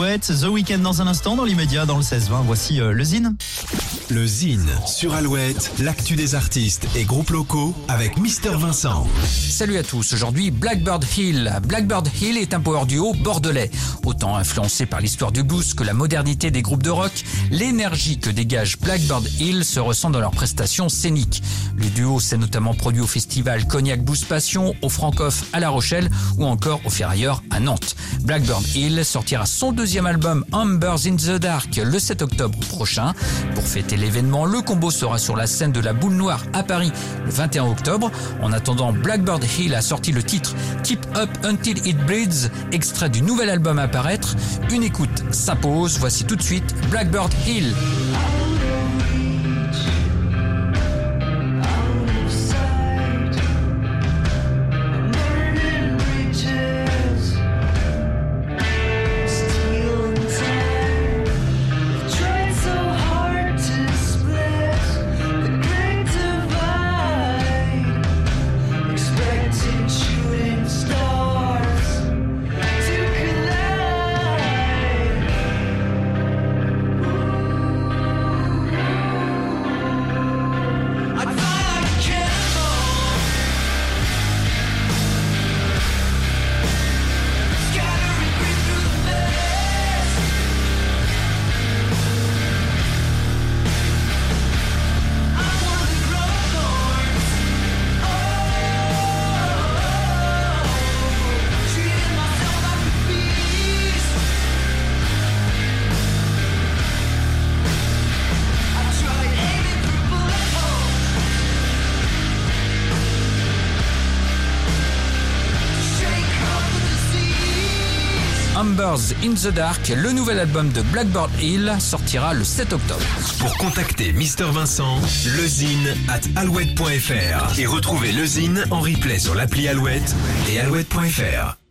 Alouette. The Weeknd dans un instant, dans l'immédiat, dans le 16-20. Voici le Zine. Le Zine sur Alouette, l'actu des artistes et groupes locaux avec Mister Vincent. Salut à tous, aujourd'hui Blackbird Hill. Blackbird Hill est un power duo bordelais. Autant influencé par l'histoire du blues que la modernité des groupes de rock, l'énergie que dégage Blackbird Hill se ressent dans leurs prestations scéniques. Le duo s'est notamment produit au festival Cognac Blues Passion, au Francoff à La Rochelle ou encore au Ferrailleur à Nantes. Blackbird Hill sortira son deuxième album Ambers in the Dark le 7 octobre prochain. Pour fêter l'événement, le combo sera sur la scène de la Boule Noire à Paris le 21 octobre. En attendant, Blackbird Hill a sorti le titre Keep Up Until It Bleeds, extrait du nouvel album à paraître. Une écoute s'impose, voici tout de suite Blackbird Hill. Ambers in the Dark, le nouvel album de Blackbird Hill, sortira le 7 octobre. Pour contacter Mister Vincent, lezine@alouette.fr et retrouver le Zine en replay sur l'appli Alouette et alouette.fr.